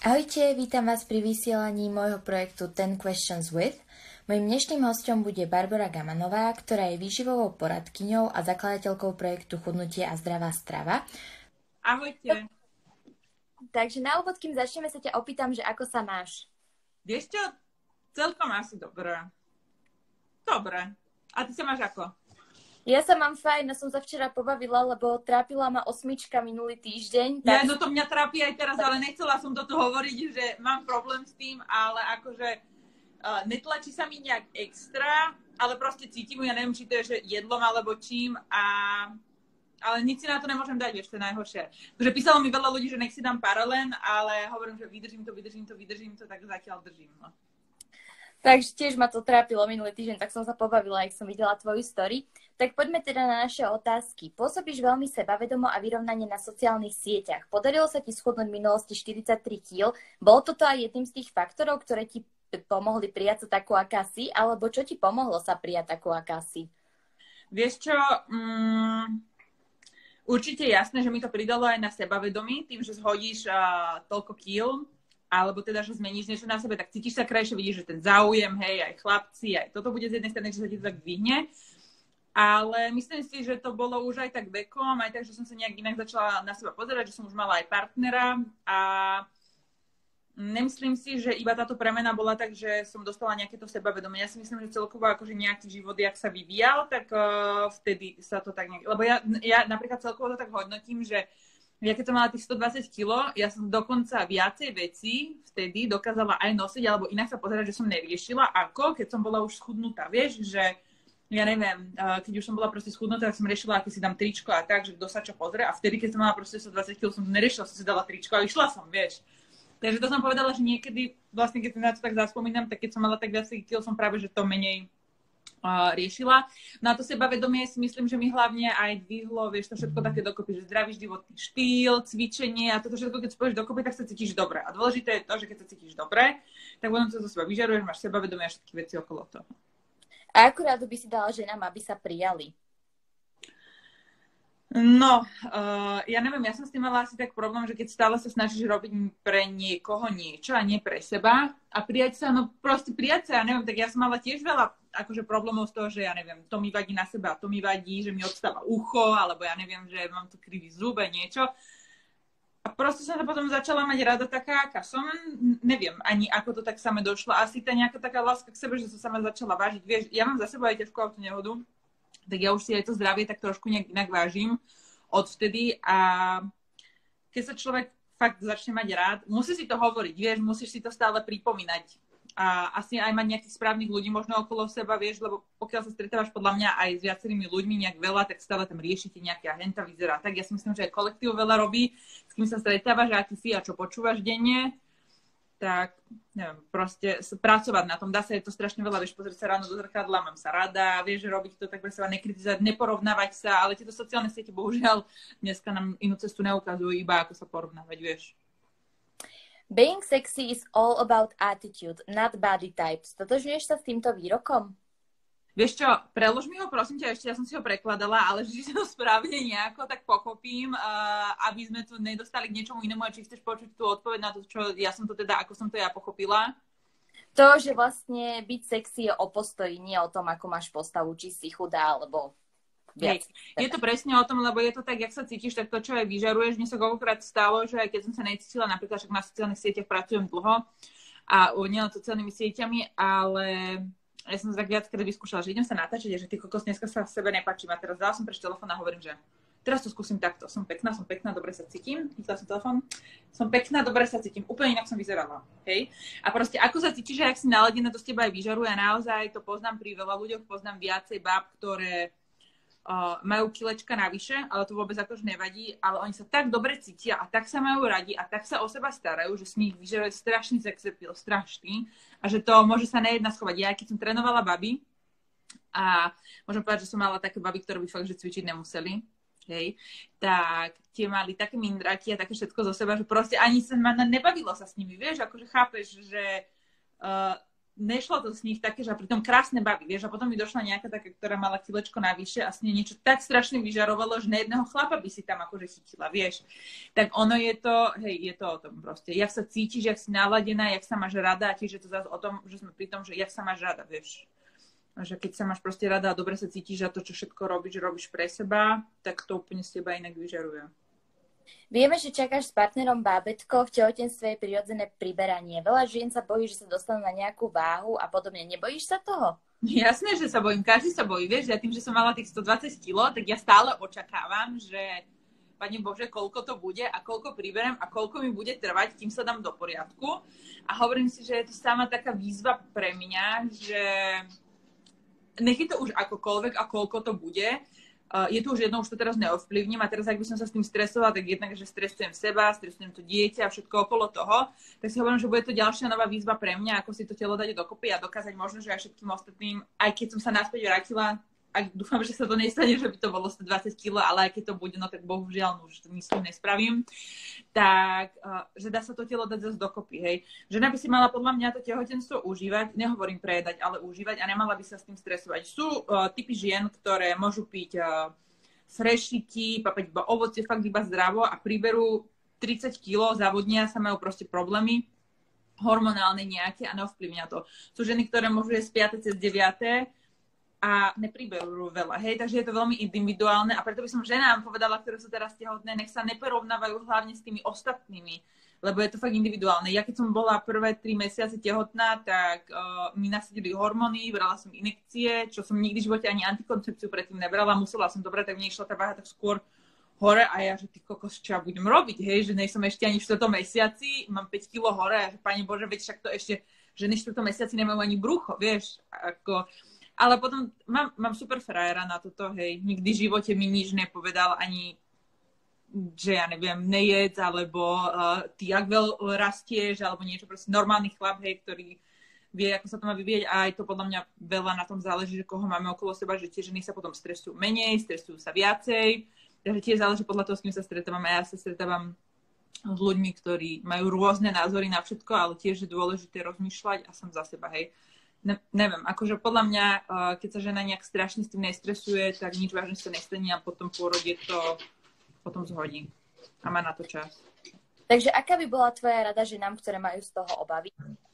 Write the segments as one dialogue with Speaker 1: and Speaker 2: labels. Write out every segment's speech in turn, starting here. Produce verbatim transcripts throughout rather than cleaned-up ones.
Speaker 1: Ahojte, vítam vás pri vysielaní môjho projektu ten questions with. Mojím dnešným hosťom bude Barbora Gamanová, ktorá je výživovou poradkyňou a zakladateľkou projektu Chudnutie a zdravá strava.
Speaker 2: Ahojte.
Speaker 1: Takže na úvod, kým začneme, sa ťa opýtam, že ako sa máš?
Speaker 2: Vieš čo? Celkom asi dobré. Dobre. A ty sa máš ako?
Speaker 1: Ja sa mám fajn, som sa včera pobavila, lebo trápila ma osmička minulý týždeň. Tak...
Speaker 2: Ja, no to mňa trápi aj teraz, ale nechcela som toto hovoriť, že mám problém s tým, ale akože uh, netlačí sa mi nejak extra, ale proste cítim, ja neviem, či to je že jedlom alebo čím, a... ale nič si na to nemôžem dať, vieš, to je najhoršie. Takže písalo mi veľa ľudí, že nech si dám paralen, ale hovorím, že vydržím to, vydržím to, vydržím to, tak zatiaľ držím. No.
Speaker 1: Takže tiež ma to trápilo minulý týždeň, tak som sa pobavila, ak som videla tvoju story. Tak poďme teda na naše otázky. Pôsobíš veľmi sebavedomo a vyrovnane na sociálnych sieťach. Podarilo sa ti schudnúť v minulosti štyridsaťtri kíl. Bolo toto aj jedným z tých faktorov, ktoré ti pomohli prijať sa takú, aká si? Alebo čo ti pomohlo sa prijať takú, aká si?
Speaker 2: Vieš čo, mm, určite jasné, že mi to pridalo aj na sebavedomí, tým, že zhodíš uh, toľko kíl, alebo teda, že zmeníš niečo na sebe, tak cítiš sa krajšie, vidíš, že ten záujem, hej, aj chlapci, aj toto bude z jednej strany, že sa ti to tak dvihne. Ale myslím si, že to bolo už aj tak vekom, aj tak, že som sa nejak inak začala na seba pozerať, že som už mala aj partnera a nemyslím si, že iba táto premena bola tak, že som dostala nejaké to sebavedomie. Ja si myslím, že celkovo akože nejaký život, jak sa vyvíjal, tak uh, vtedy sa to tak nejak... Lebo ja, ja napríklad celkovo to tak hodnotím, že ja keď som mala tých stodvadsať kilogramov, ja som dokonca viacej vecí vtedy dokázala aj nosiť, alebo inak sa pozerať, že som neriešila, ako keď som bola už schudnutá. Vieš, že ja neviem, keď už som bola proste schudnutá, tak som riešila, aké si dám tričko a tak, že kto sa čo pozrie. A vtedy, keď som mala proste stodvadsať kilogramov, som neriešila, som si dala tričko a išla som, vieš. Takže to som povedala, že niekedy, vlastne keď na to tak zaspomínam, tak keď som mala tak viacej kilogramov, som práve, že to menej uh, riešila. No a to sebavedomie si myslím, že mi hlavne aj dvihlo, vieš, to všetko také dokopy, že zdravý životný štýl, cvičenie a toto všetko, keď spojíš dokopy, tak sa cítiš dobre. A dôležité je to, že keď sa cítiš dobre, tak potom sa zo seba vyžaruješ, máš sebavedomie a všetky veci okolo toho.
Speaker 1: A akú radu by si dala ženám, aby sa prijali?
Speaker 2: No, uh, ja neviem, ja som s tým mala asi tak problém, že keď stále sa snažíš robiť pre niekoho niečo a nie pre seba a prijať sa, no proste prijať sa, ja neviem, tak ja som mala tiež veľa akože problémov z toho, že ja neviem, to mi vadí na seba, to mi vadí, že mi odstáva ucho, alebo ja neviem, že mám tu krivý zub a niečo. A proste som sa potom začala mať rada taká, aká som, neviem ani ako to tak same došlo, asi tá nejaká taká láska k sebe, že som sama začala vážiť, vieš, ja mám za sebou aj ťažkú autonehodu, tak ja už si aj to zdravie tak trošku nejak inak vážim odvtedy a keď sa človek fakt začne mať rád, musí si to hovoriť, vieš, musíš si to stále pripomínať a asi aj mať nejakých správnych ľudí možno okolo seba, vieš, lebo pokiaľ sa stretávaš podľa mňa aj s viacerými ľuďmi nejak veľa, tak stále tam riešite nejaké agenta vyzerá. Tak ja si myslím, že aj kolektív veľa robí, s kým sa stretávaš, aký si a čo počúvaš denne, tak neviem, proste pracovať na tom. Dá sa, je to strašne veľa, vieš, pozrieť sa ráno do zrkadla, mám sa rada, vieš, robiť to tak pre seba, nekritizovať, neporovnávať sa, ale tieto sociálne siete, bohužiaľ, dneska nám inú cestu neukazujú, iba ako sa porovnávať, vieš.
Speaker 1: Being sexy is all about attitude, not body types. Totožňuješ sa s týmto výrokom?
Speaker 2: Vieš čo, prelož mi ho, prosím ťa, ešte ja som si ho prekladala, ale že si to správne nejako tak pochopím, uh, aby sme tu nedostali k niečomu inému, a či chceš počuť tú odpoveď na to, čo ja som to teda, ako som to ja pochopila.
Speaker 1: To, že vlastne byť sexy je o postoji, nie o tom, ako máš postavu, či si chudá, alebo viac.
Speaker 2: Hej, je to presne o tom, lebo je to tak, jak sa cítiš, tak to, čo aj vyžaruješ. Mne sa koľkokrát stalo, že aj keď som sa necítila, napríklad však na sociálnych sieťach pracujem dlho a nielen sociálnymi sieťami, ale ja som tak viackrát vyskúšala, že idem sa natáčať a že ty kokos, dneska sa v sebe nepáčim. A teraz dala som preč telefón a hovorím, že teraz to skúsim takto. Som pekná, som pekná, dobre sa cítim. Chytila som telefón. Som pekná, dobre sa cítim. Úplne inak som vyzerala. Hej? A proste ako sa cítiš, že ak si naladená, to z teba aj vyžaruje. A naozaj to poznám pri veľa ľuďoch, poznám viacej báb, ktoré Uh, majú kilečka navyše, ale to vôbec akože nevadí, ale oni sa tak dobre cítia a tak sa majú radi a tak sa o seba starajú, že s nich vyžaruje strašný sex appeal, strašný, a že to môže sa nejedna schovať. Ja, keď som trénovala baby a môžem povedať, že som mala také baby, ktoré by fakt, že cvičiť nemuseli, hej, tak tie mali také mindráky a také všetko zo seba, že proste ani sa ma nebavilo sa s nimi, vieš, akože chápeš, že uh, nešlo to z nich také, že pritom krásne baby, vieš, a potom mi došla nejaká taká, ktorá mala kilečko navyše a s nej niečo tak strašne vyžarovalo, že na jedného chlapa by si tam akože chytila, vieš. Tak ono je to, hej, je to o tom proste. Jak sa cítiš, jak si naladená, jak sa máš rada, a tiež je to zase o tom, že sme pri tom, že jak sa máš rada, vieš. A že keď sa máš proste rada a dobre sa cítiš a to, čo všetko robíš, robíš pre seba, tak to úplne z teba inak vyžaruje.
Speaker 1: Vieme, že čakáš s partnerom bábätko, v tehotenstve je prirodzené priberanie. Veľa žien sa bojí, že sa dostanú na nejakú váhu a podobne. Nebojíš sa toho?
Speaker 2: Jasné, že sa bojím. Každý sa bojí. Vieš, ja tým, že som mala tých stodvadsať kilogramov, tak ja stále očakávam, že Pane Bože, koľko to bude a koľko priberem a koľko mi bude trvať, kým sa dám do poriadku. A hovorím si, že je to sama taká výzva pre mňa, že nech je to už akokoľvek a koľko to bude. Uh, je to už jedno, už to teraz neovplyvním a teraz, ak by som sa s tým stresovala, tak jednak, že stresujem seba, stresujem to dieťa a všetko okolo toho, tak si hovorím, že bude to ďalšia nová výzva pre mňa, ako si to telo dať dokopy a dokázať možno, že aj všetkým ostatným, aj keď som sa naspäť vrátila, a dúfam, že sa to nestane, že by to bolo stodvadsať kilogramov, ale aj keď to bude, no tak bohužiaľ, no už to nič nespravím, tak, uh, že dá sa to telo dať zase dokopy, hej. Žena by si mala podľa mňa to tehotenstvo užívať, nehovorím prejedať, ale užívať a nemala by sa s tým stresovať. Sú uh, typy žien, ktoré môžu piť uh, frešity, papať iba ovocie, fakt iba zdravo a priberú tridsať kilogramov, závodnia sa majú proste problémy hormonálne nejaké a neovplyvňa to. Sú ženy, ktoré môžu jesť z piate cez deviate a nepriberú veľa, hej, takže je to veľmi individuálne a preto by som ženám povedala, ktoré sú teraz tehotné, nech sa neporovnávajú hlavne s tými ostatnými, lebo je to fakt individuálne. Ja keď som bola prvé tri mesiace tehotná, tak uh, mi nasadili hormóny, brala som injekcie, čo som nikdy v živote ani antikoncepciu predtým nebrala, musela som dobre, tak mne išla tá váha tak skôr hore a ja, že ty kokos, čo ja budem robiť, hej, že nej som ešte ani v štvrtom mesiaci, mám päť kilogramov hore a že Pane Bože, veď však to ešte, ženy v štvrtom mesiaci nemajú ani brucho, vieš, ako... Ale potom mám, mám super frajera na toto, hej. Nikdy v živote mi nič nepovedal, ani, že ja neviem, nejedz, alebo uh, ty jak veľ rastieš, alebo niečo, proste normálny chlap, hej, ktorý vie, ako sa to má vyvíjať a aj to podľa mňa veľa na tom záleží, že koho máme okolo seba, že tie ženy sa potom stresujú menej, stresujú sa viacej, takže tiež záleží podľa toho, s kým sa stretávam a ja sa stretávam s ľuďmi, ktorí majú rôzne názory na všetko, ale tiež je dôležité rozmýšľať a som za seba, hej. Ne, neviem, akože podľa mňa, keď sa žena nejak strašne s tým nestresuje, tak nič vážne sa nestane a potom pôrode to potom zhodí. A má na to čas.
Speaker 1: Takže aká by bola tvoja rada ženám, ktoré majú z toho obavy?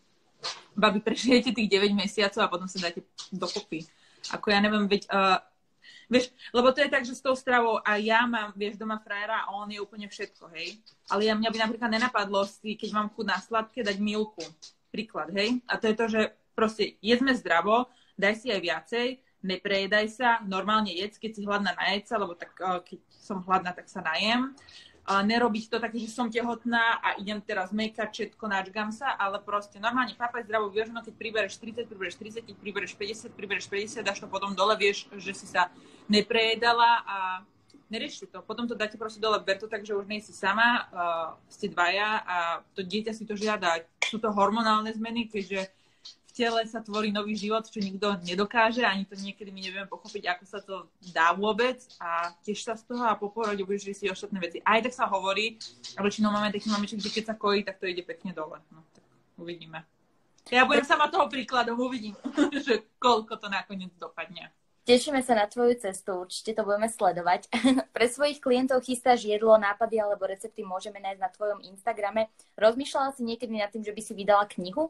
Speaker 2: Babi, prežijete tých deväť mesiacov a potom sa dáte dokopy. Ako ja neviem, veď... Uh, vieš, lebo to je tak, že s tou stravou a ja mám, vieš, doma frajera a on je úplne všetko, hej. Ale ja, mňa by napríklad nenapadlo si, keď mám chuť na sladké, dať milku. Príklad, hej. A to je to, že proste jedzme zdravo, daj si aj viacej, neprejedaj sa, normálne jedz, keď si hladná najeď sa, lebo tak keď som hladná, tak sa najem. Nerobiť to také, že som tehotná a idem teraz makeup, všetko, načgam sa, ale proste normálne papaj zdravo, vieš, no keď pribereš tridsať, pribereš tridsať, keď pribereš päťdesiat, pribereš päťdesiat, dáš to potom dole, vieš, že si sa neprejedala a nerieši to. Potom to dáte proste dole, ber to tak, že už nie si sama, uh, ste dvaja a to dieťa si to žiada. Sú to hormonálne zmeny, keďže v tele sa tvorí nový život, čo nikto nedokáže, ani to niekedy my nevieme pochopiť, ako sa to dá vôbec a tiež sa z toho a po porode budeš riešiť ostatné veci. Aj tak sa hovorí, a väčšinou máme taký mamiček, že keď sa kojí, tak to ide pekne dole. No, tak uvidíme. Ja budem sama toho príkladom, uvidím, že koľko to nakoniec dopadne.
Speaker 1: Tešíme sa na tvoju cestu, určite to budeme sledovať. Pre svojich klientov chystáš jedlo, nápady alebo recepty môžeme nájsť na tvojom Instagrame. Rozmýšľala si niekedy nad tým, že by si vydala knihu?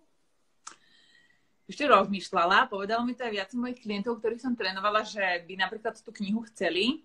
Speaker 2: Ešte rozmýšľala, povedalo mi to aj viac mojich klientov, ktorých som trénovala, že by napríklad tú knihu chceli,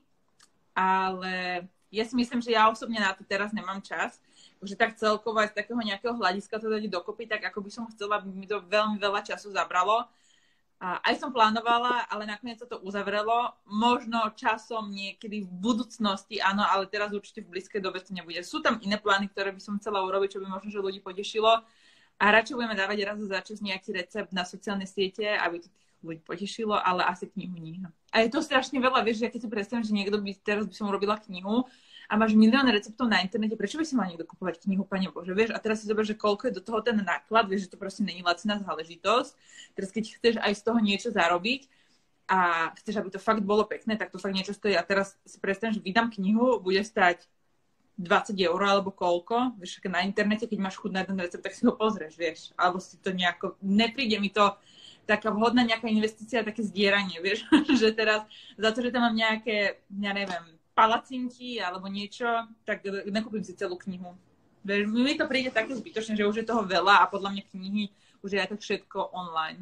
Speaker 2: ale ja si myslím, že ja osobne na to teraz nemám čas, že tak celkovo aj z takého nejakého hľadiska to dať dokopy, tak ako by som chcela, by mi to veľmi veľa času zabralo. A aj som plánovala, ale nakoniec sa to uzavrelo. Možno časom niekedy v budúcnosti, áno, ale teraz určite v blízkej dobe to nebude. Sú tam iné plány, ktoré by som chcela urobiť, čo by možno, že ľudí potešilo. A radšej budeme dávať raz za čas nejaký recept na sociálne siete, aby to tých ľudí potešilo, ale asi knihu nie. A je to strašne veľa, vieš, ja keď si predstavím, že niekto by, teraz by som urobila knihu a máš milión receptov na internete, prečo by si mal niekto kupovať knihu, Pane Bože, vieš? A teraz si zober, že koľko je do toho ten náklad, vieš, že to proste není lacná záležitosť. Teraz keď chceš aj z toho niečo zarobiť a chceš, aby to fakt bolo pekné, tak to fakt niečo stojí. A teraz si predstavím, že vydám knihu, bude stať dvadsať eur alebo koľko, vieš, na internete, keď máš chuť na jeden recept, tak si ho pozrieš, vieš, alebo si to nejako, nepríde mi to taká vhodná nejaká investícia, také zdieranie, vieš, že teraz za to, že tam mám nejaké, ja neviem, palacinky alebo niečo, tak nekúpim si celú knihu. Vieš, mi to príde také zbytočné, že už je toho veľa a podľa mňa knihy už je aj tak všetko online.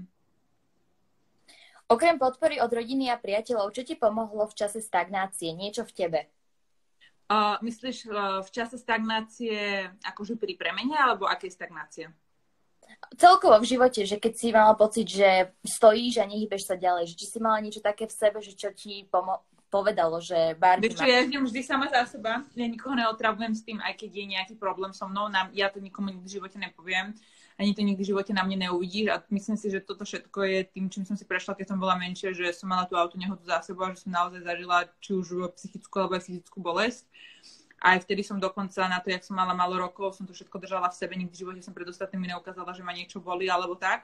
Speaker 1: Okrem podpory od rodiny a priateľov, čo ti pomohlo v čase stagnácie? Niečo v tebe?
Speaker 2: Uh, myslíš uh, v čase stagnácie akože pri premene, alebo akej stagnácie?
Speaker 1: Celkovo v živote, že keď si mala pocit, že stojíš a nehybeš sa ďalej, že či si mala niečo také v sebe, že čo ti pomo- povedalo, že Barbie
Speaker 2: Vieš čo, ja idem vždy sama za seba, ja nikoho neotravujem s tým, aj keď je nejaký problém so mnou, nám, ja to nikomu nikdy v živote nepoviem, ani to nikdy v živote na mne neuvidíš a myslím si, že toto všetko je tým, čím som si prešla, keď som bola menšia, že som mala tú autonehodu za sebou a že som naozaj zažila či už psychickú alebo aj fyzickú bolesť. Aj vtedy som dokonca na to, jak som mala málo rokov, som to všetko držala v sebe, nikdy v živote som pred ostatnými neukázala, že ma niečo bolí alebo tak.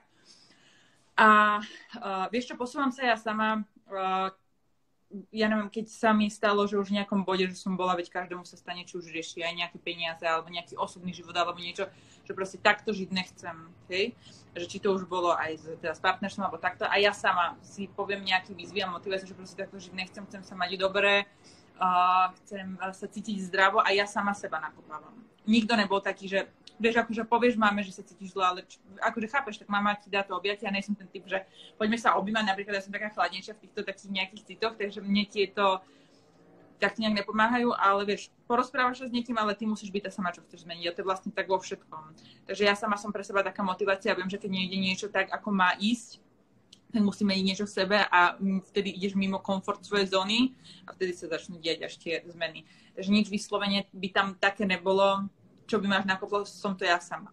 Speaker 2: A uh, vieš čo, posúvam sa ja sama, uh, ja neviem, keď sa mi stalo, že už v nejakom bode, že som bola, veď každému sa stane, či už rieši aj nejaké peniaze, alebo nejaký osobný život, alebo niečo, že proste takto žiť nechcem, hej? Že či to už bolo aj s, teda s partnerstvom, alebo takto. A ja sama si poviem nejaký výzvy a motiváciu, že proste takto žiť nechcem, chcem sa mať dobre, uh, chcem sa cítiť zdravo a ja sama seba nakopávam. Nikto nebol taký, že vieš, akože povieš máme, že sa cítiš zle, ale č- akože chápeš, tak mama ti dá to objatie a nejsem ten typ, že poďme sa objímať, napríklad ja som taká chladnejšia v týchto takých nejakých citoch, takže mne tieto tak nejak nepomáhajú, ale vieš, porozprávaš sa s niekým, ale ty musíš byť tá sama, čo chceš zmeniť a to je vlastne tak vo všetkom. Takže ja sama som pre seba taká motivácia, viem, že keď nejde niečo tak, ako má ísť, tak musí meniť niečo v sebe a vtedy ideš mimo komfort svojej zóny a vtedy sa začnú diať až tie zmeny. Takže nič vyslovene by tam také nebolo, čo by máš nakoplo, som to ja sama.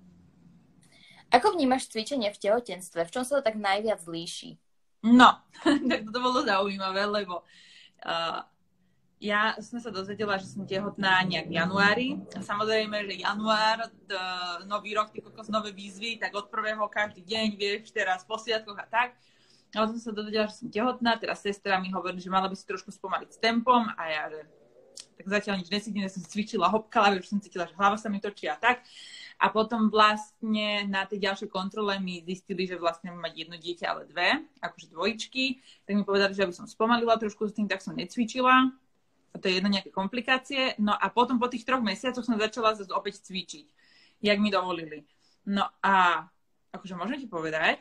Speaker 1: Ako vnímaš cvičenie v tehotenstve? V čom sa to tak najviac líši?
Speaker 2: No, tak to bolo zaujímavé, lebo uh, ja som sa dozvedela, že som tehotná nejak v januári. A samozrejme, že január, t- nový rok, ty kokos, nové výzvy, tak od prvého každý deň, vieš, teraz po sviatkoch a tak. A som sa dozvedela, že som tehotná, teraz sestra mi hovorí, že mala by si trošku spomaliť s tempom a ja, že tak zatiaľ nič necítim, ja som cvičila, hopkala, už som cítila, že hlava sa mi točí a tak. A potom vlastne na tej ďalšej kontrole mi zistili, že vlastne mám mať jedno dieťa, ale dve, akože dvojičky. Tak mi povedali, že aby som spomalila trošku s tým, tak som necvičila. A to je jedno nejaké komplikácie. No a potom po tých troch mesiacoch som začala zase opäť cvičiť, jak mi dovolili. No a akože môžem ti povedať,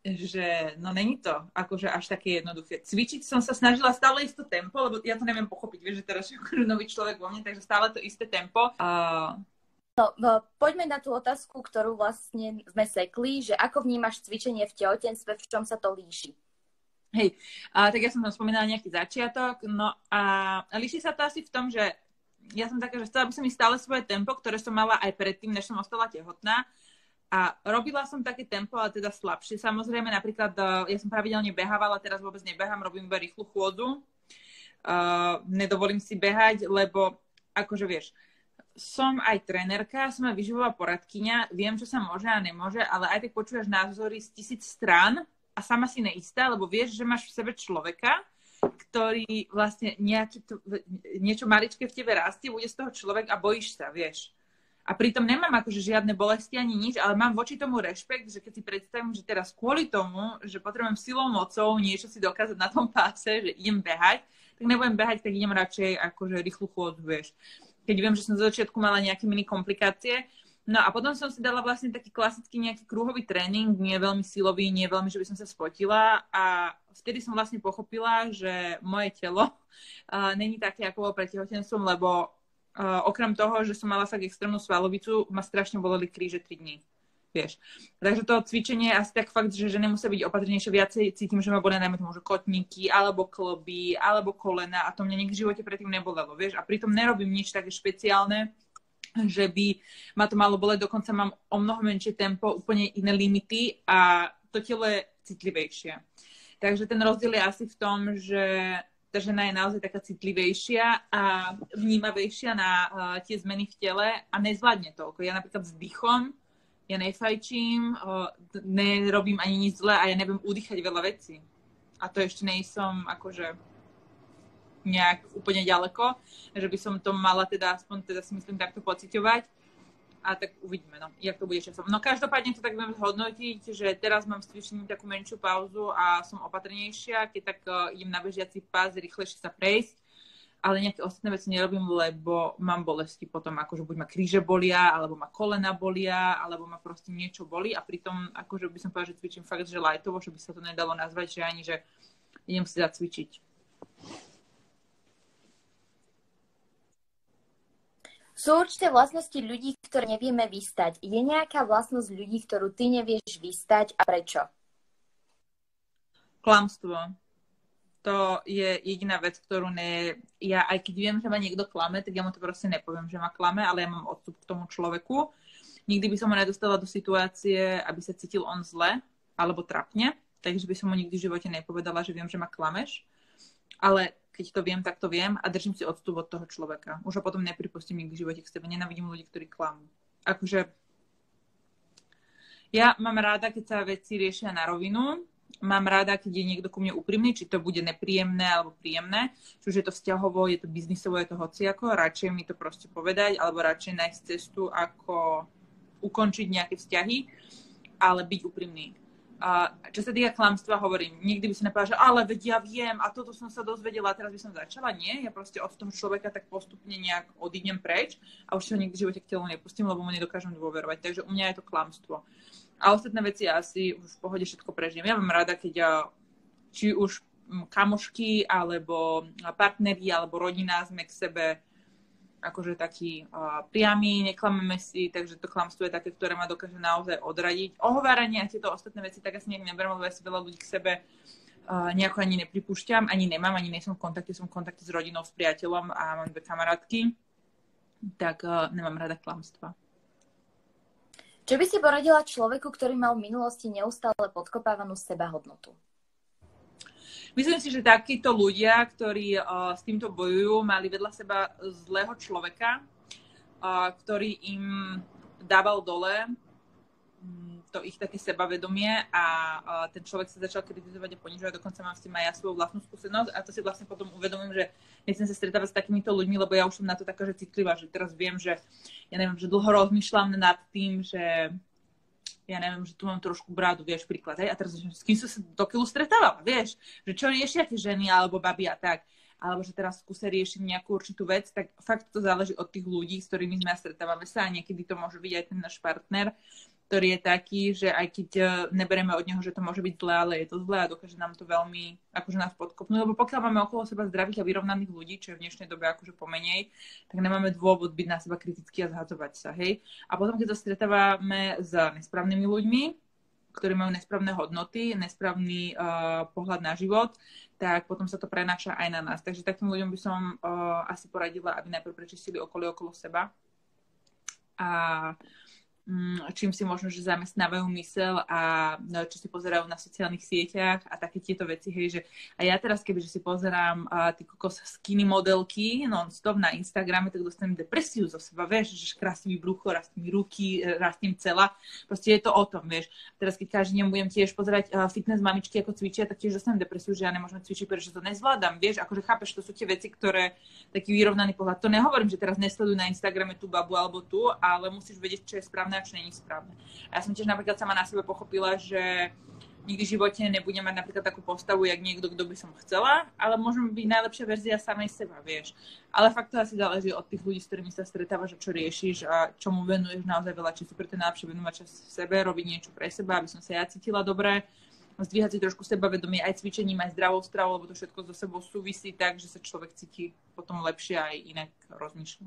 Speaker 2: že no není to akože až také jednoduché. Cvičiť som sa snažila stále isté tempo, lebo ja to neviem pochopiť, vieš, že teraz je akože nový človek vo mne, takže stále to isté tempo. Uh...
Speaker 1: No, no, poďme na tú otázku, ktorú vlastne sme sekli, že ako vnímaš cvičenie v tehotenstve, v čom sa to líši?
Speaker 2: Hej, uh, tak ja som tam spomínala nejaký začiatok, no a, a líši sa to asi v tom, že ja som taká, že chcela by som ísť stále svoje tempo, ktoré som mala aj predtým, než som ostala tehotná. A robila som také tempo, ale teda slabšie. Samozrejme, napríklad, ja som pravidelne behávala, teraz vôbec nebehám, robím iba rýchlu chôdzu. Uh, nedovolím si behať, lebo, akože vieš, som aj trénerka, som aj výživová poradkyňa, viem, čo sa môže a nemôže, ale aj tak počúvaš názory z tisíc strán a sama si neistá, lebo vieš, že máš v sebe človeka, ktorý vlastne nejaký, niečo maličké v tebe rastie, bude z toho človek a bojíš sa, vieš. A pritom nemám akože žiadne bolesti ani nič, ale mám voči tomu rešpekt, že keď si predstavím, že teraz kvôli tomu, že potrebujem silou mocou niečo si dokázať na tom páse, že idem behať, tak nebudem behať, tak idem radšej akože rýchlu chôdzu, vieš. Keď viem, že som zo začiatku mala nejaké mini komplikácie. No a potom som si dala vlastne taký klasický nejaký kruhový tréning, nie veľmi silový, nie veľmi, že by som sa spotila a vtedy som vlastne pochopila, že moje telo uh, není také, ako bolo pred tehotenstvom, lebo Uh, okrem toho, že som mala fakt extrémnu svalovicu, ma strašne boleli kríže tri dni. Vieš. Takže to cvičenie je asi tak fakt, že ženy musia byť opatrnejšie, viacej cítim, že ma boli najmä tomu, že kotníky, alebo kloby, alebo kolena a to mňa nikdy v živote predtým nebolelo, vieš. A pritom nerobím nič také špeciálne, že by ma to malo boleť, dokonca mám o mnoho menšie tempo, úplne iné limity a to telo je citlivejšie. Takže ten rozdiel je asi v tom, že tá žena je naozaj taká citlivejšia a vnímavejšia na uh, tie zmeny v tele a nezvládne toľko. Ja napríklad s dýchom, ja nefajčím, uh, nerobím ani nič zle a ja neviem udýchať veľa vecí. A to ešte nejsom akože nejak úplne ďaleko, že by som to mala teda, aspoň teda si myslím takto pociťovať. A tak uvidíme, no, jak to bude časom. No každopádne to tak budem zhodnotiť, že teraz mám s cvičením takú menšiu pauzu a som opatrnejšia, keď tak uh, idem na bežiaci pás, rýchlejšie sa prejsť, ale nejaké ostatné veci nerobím, lebo mám bolesti potom, akože buď ma kríže bolia, alebo ma kolena bolia, alebo ma proste niečo boli a pritom, akože by som povedala, že cvičím fakt, že lightovo, že by sa to nedalo nazvať, že ani, že idem si zacvičiť.
Speaker 1: Sú určité vlastnosti ľudí, ktoré nevieme vystať. Je nejaká vlastnosť ľudí, ktorú ty nevieš vystať a prečo?
Speaker 2: Klamstvo. To je jediná vec, ktorú ne... Ja aj keď viem, že ma niekto klame, tak ja mu to proste nepoviem, že ma klame, ale ja mám odstup k tomu človeku. Nikdy by som ho nedostala do situácie, aby sa cítil on zle alebo trapne, takže by som mu nikdy v živote nepovedala, že viem, že ma klameš. Ale keď to viem, tak to viem a držím si odstup od toho človeka. Už ho potom nepripustím nikdy v živote k sebe. Nenávidím ľudí, ktorí klamú. Akože ja mám ráda, keď sa veci riešia na rovinu. Mám ráda, keď je niekto ku mne úprimný, či to bude nepríjemné alebo príjemné. Či už je to vzťahovo, je to biznisovo, je to hociako. Radšej mi to proste povedať, alebo radšej nájsť cestu, ako ukončiť nejaké vzťahy, ale byť úprimný. A čo sa týka klamstva, hovorím, nikdy by som nepovedala, že ale veď ja viem a toto som sa dozvedela a teraz by som začala. Nie, ja proste od toho človeka tak postupne nejak odídem preč a už ho nikdy v živote k telu nepustím, lebo mu nedokážem dôverovať. Takže u mňa je to klamstvo. A ostatné veci asi už v pohode všetko prežijem. Ja mám rada, keď ja, či už kamošky, alebo partneri, alebo rodina sme k sebe akože taký uh, priamy, neklameme si, takže to klamstvo je také, ktoré ma dokáže naozaj odradiť. Ohováranie a tieto ostatné veci tak asi nejak neberiem, lebo ja si veľa ľudí k sebe uh, nejako ani nepripúšťam, ani nemám, ani nie som v kontakte, som v kontakte s rodinou, s priateľom a mám dve kamarátky, tak uh, nemám rada klamstva.
Speaker 1: Čo by si poradila človeku, ktorý mal v minulosti neustále podkopávanú sebahodnotu?
Speaker 2: Myslím si, že takíto ľudia, ktorí uh, s týmto bojujú, mali vedľa seba zlého človeka, uh, ktorý im dával dole um, to ich také sebavedomie a uh, ten človek sa začal kritizovať a ponižovať. Dokonca mám s tým aj ja svoju vlastnú skúsenosť a to si vlastne potom uvedomím, že nechcem sa stretávať s takýmito ľuďmi, lebo ja už som na to taká, že citlivá, že teraz viem, že ja neviem, že dlho rozmýšľam nad tým, že ja neviem, že tu mám trošku brádu, vieš, príklad, hej, a teraz, s kým som sa do kilu stretávala, vieš, že čo riešia tie ženy alebo baby a tak, alebo že teraz skúsia riešiť nejakú určitú vec, tak fakt to záleží od tých ľudí, s ktorými sme a stretávame sa a niekedy to môže byť aj ten náš partner, ktorý je taký, že aj keď neberieme od neho, že to môže byť zlé, ale je to zlé a dokáže nám to veľmi akože nás podkopnúť, lebo pokiaľ máme okolo seba zdravých a vyrovnaných ľudí, čo je v dnešnej dobe akože pomenej, tak nemáme dôvod byť na seba kritický a zhadzovať sa, hej. A potom, keď sa stretávame s nesprávnymi ľuďmi, ktorí majú nesprávne hodnoty, nesprávny uh, pohľad na život, tak potom sa to prenáša aj na nás. Takže takým ľuďom by som uh, asi poradila, aby najprv prečistili okolie okolo seba a čím si možno, že zamestnávajú mysel a čo si pozerajú na sociálnych sieťach a také tieto veci, hej, že a ja teraz, kebyže si pozerám a, ty kokos skinny modelky non-stop na Instagrame, tak dostanem depresiu zo seba, vieš, že rastie mi brucho, rastie mi ruky, rastie mi cela, proste je to o tom, vieš. Teraz, keď každý deň budem tiež pozerať uh, fitness mamičky, ako cvičia, tak tiež dostanem depresiu, že ja nemôžem cvičiť, pretože to nezvládam, vieš, akože chápeš, to sú tie veci, ktoré taký vyrovnaný pohľad. To nehovorím, že teraz nesleduj na Instagrame tú babu alebo tú, ale musíš vedieť, čo je správne a čo nie je správne. A ja som tiež napríklad sama na sebe pochopila, že nikdy v živote nebudem mať napríklad takú postavu, jak niekto, kto by som chcela, ale môžem byť najlepšia verzia samej seba, vieš. Ale fakt to asi záleží od tých ľudí, s ktorými sa stretávaš, čo riešiš a čomu venuješ naozaj veľa času, preto je najlepšie venovať čas sebe, robiť niečo pre seba, aby som sa ja cítila dobre, zdvíhať si trošku sebavedomie aj cvičením, aj zdravou stravou, lebo to všetko so sebou súvisí tak, že sa človek cíti potom lepšie aj inak rozmýšľa.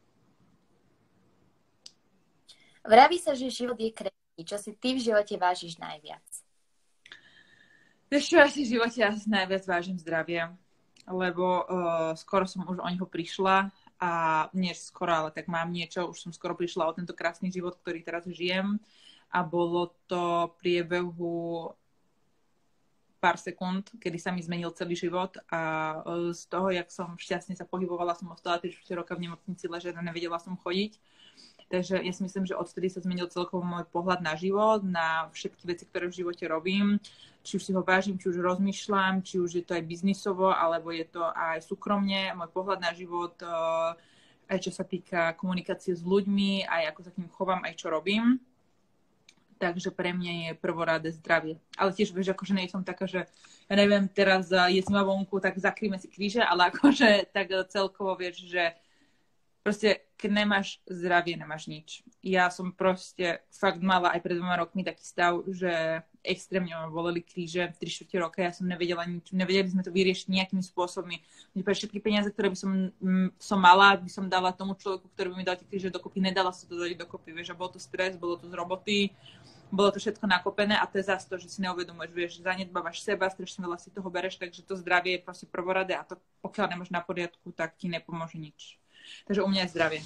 Speaker 1: Vraví sa, že život je krehký. Čo si ty v živote vážiš najviac?
Speaker 2: Vieš čo, ja si v živote asi najviac vážim zdravie, lebo uh, skoro som už o neho prišla a nie skoro, ale tak mám niečo, už som skoro prišla o tento krásny život, ktorý teraz žijem a bolo to priebehu pár sekúnd, kedy sa mi zmenil celý život a z toho, jak som šťastne sa pohybovala, som ostala tri štyri roka v nemocnici ležať a nevedela som chodiť. Takže ja si myslím, že odtedy sa zmenil celkovo môj pohľad na život, na všetky veci, ktoré v živote robím. Či už si ho vážim, či už rozmýšľam, či už je to aj biznisovo, alebo je to aj súkromne. Môj pohľad na život, aj čo sa týka komunikácie s ľuďmi, aj ako sa k ním chovám, aj čo robím. Takže pre mňa je prvoráde zdravie. Ale tiež, vieš, akože nie som taká, že ja neviem, teraz je zima vonku, tak zakrýme si kríže, ale akože tak celkovo vieš, že proste, keď nemáš zdravie, nemáš nič. Ja som proste fakt mala aj pred dvoma rokmi taký stav, že extrémne ma boleli kríže tri štvrte roka, ja som nevedela nič, nevedeli sme to vyriešiť nejakými spôsobmi. Pre všetky peniaze, ktoré by som, m, som mala, by som dala tomu človeku, ktorý by mi dal tie kríže dokopy, nedala sa to dať dokopy, vieš, a bol to stres, bolo to z roboty, bolo to všetko nakopené a to je zase to, že si neuvedomuješ, vieš, zanedbávaš seba, strašne veľa si toho bereš, takže to zdravie je proste prvoradé a to pokiaľ nemáš na poriadku, tak ti nepomôže nič. Takže u mňa je zdravie.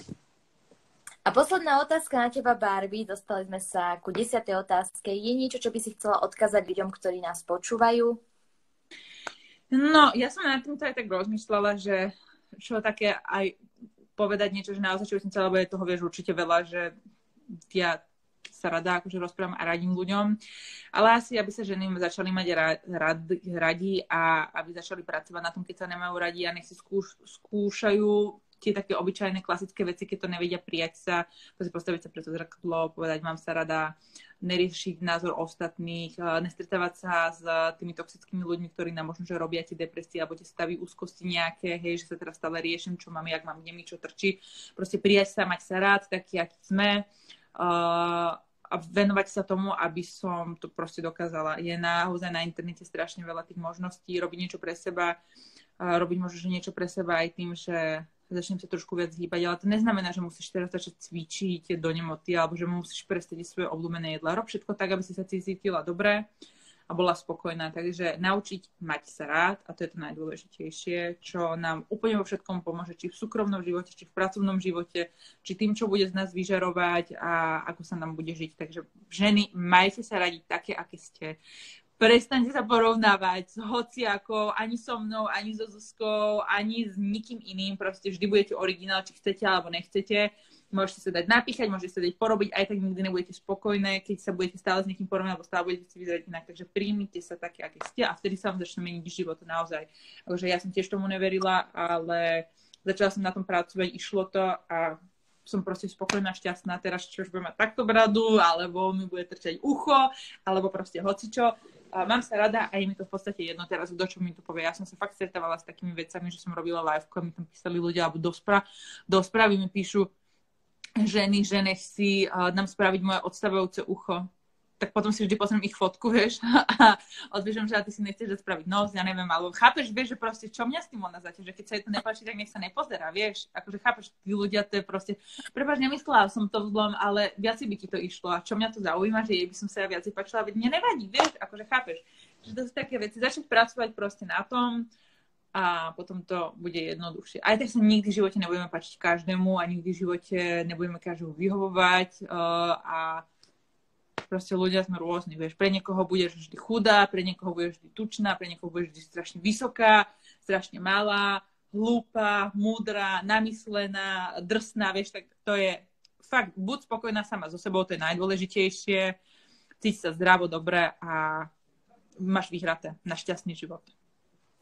Speaker 1: A posledná otázka na teba, Barbie. Dostali sme sa ku desiatej otázke. Je niečo, čo by si chcela odkázať ľuďom, ktorí nás počúvajú?
Speaker 2: No, ja som na týmto aj tak rozmýšľala, že čo také aj povedať niečo, že naozaj, čo by som chcela, lebo je toho, vieš, určite veľa, že ja sa rada akože rozprávam a radím ľuďom. Ale asi, aby sa ženy začali mať rad, radi a aby začali pracovať na tom, keď sa nemajú radi a nech si skúš, skúšajú tie také obyčajné klasické veci, keď to nevedia prijať sa, postaviť sa pre to zrkadlo, povedať mám sa rada, neriešiť názor ostatných, nestretávať sa s tými toxickými ľuďmi, ktorí nám možno, že robia tie depresie alebo tie stavy úzkosti nejaké, hej, že sa teraz stále riešim, čo mám, jak mám, kde mi čo trčí. Proste prijať sa, mať sa rád, taký, aký sme. Uh, a venovať sa tomu, aby som to proste dokázala. Je naozaj na internete strašne veľa tých možností, robiť niečo pre seba, uh, robiť možno, že niečo pre seba aj tým, že začnem sa trošku viac hýbať, ale to neznamená, že musíš teraz začať cvičiť do nemoty, alebo že musíš prestať svoje obľúbené jedlá. Rob všetko tak, aby si sa cítila dobre a bola spokojná. Takže naučiť mať sa rád, a to je to najdôležitejšie, čo nám úplne vo všetkom pomôže, či v súkromnom živote, či v pracovnom živote, či tým, čo bude z nás vyžarovať a ako sa nám bude žiť. Takže ženy, majte sa radi také, aké ste. Prestaňte sa porovnávať s hociakou, ani so mnou, ani so Zuzkou, ani s nikým iným. Proste vždy budete originál, či chcete alebo nechcete. Môžete sa dať napíchať, môžete sa dať porobiť, aj tak nikdy nebudete spokojné, keď sa budete stále s niekým porovnať, alebo stále budete si vyzerať inak. Takže príjmite sa také, aké ste a vtedy sa vám začne meniť život naozaj. Takže ja som tiež tomu neverila, ale začala som na tom pracovať, išlo to a som proste spokojná, šťastná. Teraz čo už budem mať takto bradu, alebo mi bude trčať ucho, alebo proste hocičo. A mám sa rada a je mi to v podstate jedno teraz, kto čo mi to povie. Ja som sa fakt stretávala s takými vecami, že som robila liveku a mi tam písali ľudia, alebo do, spra- do správy mi píšu ženy, že nech si uh, dám spraviť moje odstavujúce ucho. Tak potom si vždy pozriem ich fotku, vieš, a odpíšem, že ty si nechceš dať spraviť nos, ja neviem, alebo chápeš, vieš, že proste čo mňa s tým ona zaťaží, že keď sa jej to nepáči, tak nech sa nepozerá, vieš, akože chápeš, tí ľudia, to je proste, prepáč, nemyslela som to vzlom, ale viac by ti to išlo a čo mňa to zaujíma, že jej by som sa ja viac páčila, veď mne nevadí, vieš, akože chápeš, že to sú také veci, začať pracovať proste na tom a potom to bude jednoduchšie. Aj tak sa nikdy v živote nebudeme páčiť každému a nikdy v živote nebudeme každému vyhovovať uh, a proste ľudia sme rôzni, vieš. Pre niekoho budeš vždy chudá, pre niekoho budeš vždy tučná, pre niekoho budeš vždy strašne vysoká, strašne malá, hlúpa, múdra, namyslená, drsná, vieš, tak to je fakt, buď spokojná sama so sebou, to je najdôležitejšie, cíť sa zdravo, dobre a máš vyhraté na šťastný život.